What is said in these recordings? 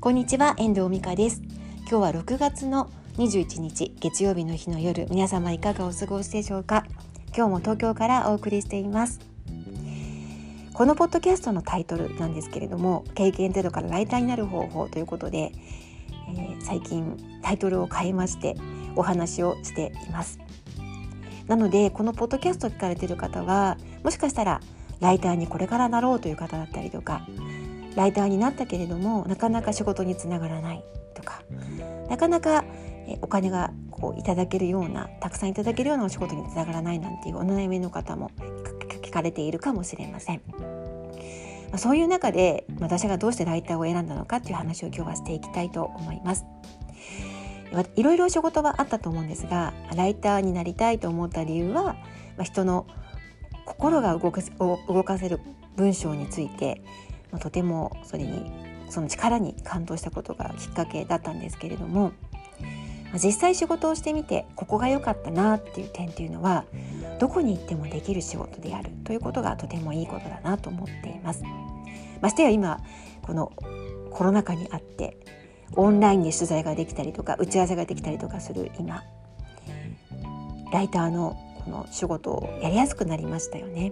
こんにちは、遠藤美香です。今日は6月の21日月曜日の日の夜、皆様いかがお過ごしでしょうか。今日も東京からお送りしています。このポッドキャストのタイトルなんですけれども、経験ゼロからライターになる方法ということで、最近タイトルを変えましてお話をしています。なのでこのポッドキャストを聞かれている方は、もしかしたらライターにこれからなろうという方だったりとか、ライターになったけれどもなかなか仕事につながらないとか、なかなかお金がいただけるような、たくさんいただけるようなお仕事につながらないなんていうお悩みの方も聞かれているかもしれません。そういう中で私がどうしてライターを選んだのかという話を今日はしていきたいと思います。いろいろ仕事はあったと思うんですが、ライターになりたいと思った理由は、人の心が動かせる文章についてとてもその力に感動したことがきっかけだったんですけれども、実際仕事をしてみてここが良かったなっていう点っていうのは、どこに行ってもできる仕事であるということがとてもいいことだなと思っています。ましてや今このコロナ禍にあってオンラインで取材ができたりとか打ち合わせができたりとかする今、ライターのこの仕事をやりやすくなりましたよね。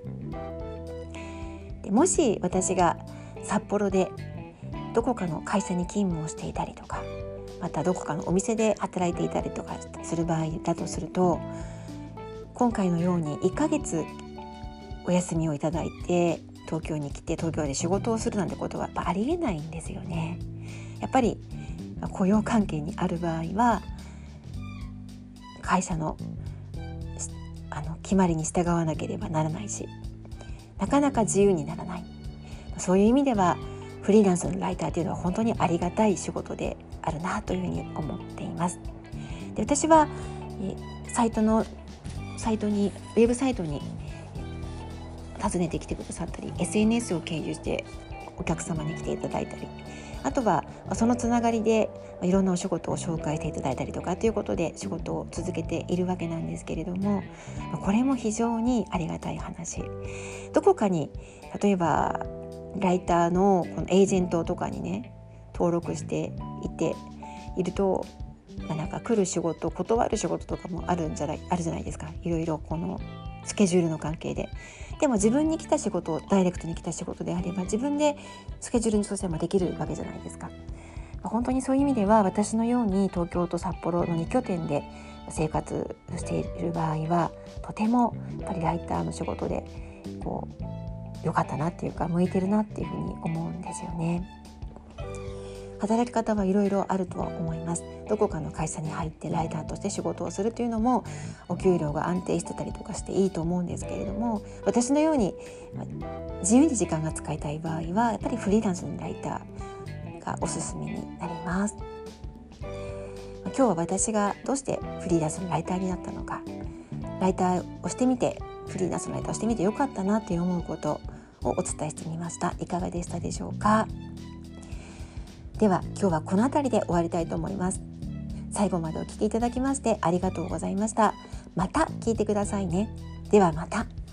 でもし私が札幌でどこかの会社に勤務をしていたりとか、またどこかのお店で働いていたりとかする場合だとすると、今回のように1ヶ月お休みをいただいて東京に来て東京で仕事をするなんてことはやっぱありえないんですよね。やっぱり雇用関係にある場合は会社の決まりに従わなければならないし、なかなか自由にならない。そういう意味ではフリーランスのライターというのは本当にありがたい仕事であるなというふうに思っています。で、私はウェブサイトに訪ねてきてくださったり、 SNS を経由してお客様に来ていただいたり、あとはそのつながりでいろんなお仕事を紹介していただいたりとかということで仕事を続けているわけなんですけれども、これも非常にありがたい話。どこかに例えばライターのこのエージェントとかにね登録していると、なんか来る仕事断る仕事とかもあるじゃないですか。いろいろこのスケジュールの関係で。でも自分に来た仕事、ダイレクトに来た仕事であれば自分でスケジュールに調整もできるわけじゃないですか。本当にそういう意味では私のように東京と札幌の2拠点で生活している場合は、とてもやっぱりライターの仕事で良かったなっていうか、向いてるなっていうふうに思うんですよね。働き方はいろいろあるとは思います。どこかの会社に入ってライターとして仕事をするというのもお給料が安定してたりとかしていいと思うんですけれども、私のように自由に時間が使いたい場合はやっぱりフリーランスのライターがおすすめになります。今日は私がどうしてフリーランスのライターになったのか、ライターをしてみて、フリーランスのライターをしてみてよかったなという思うことをお伝えしてみました。いかがでしたでしょうか。では今日はこの辺りで終わりたいと思います。最後までお聞きいただきましてありがとうございました。また聞いてくださいね。ではまた。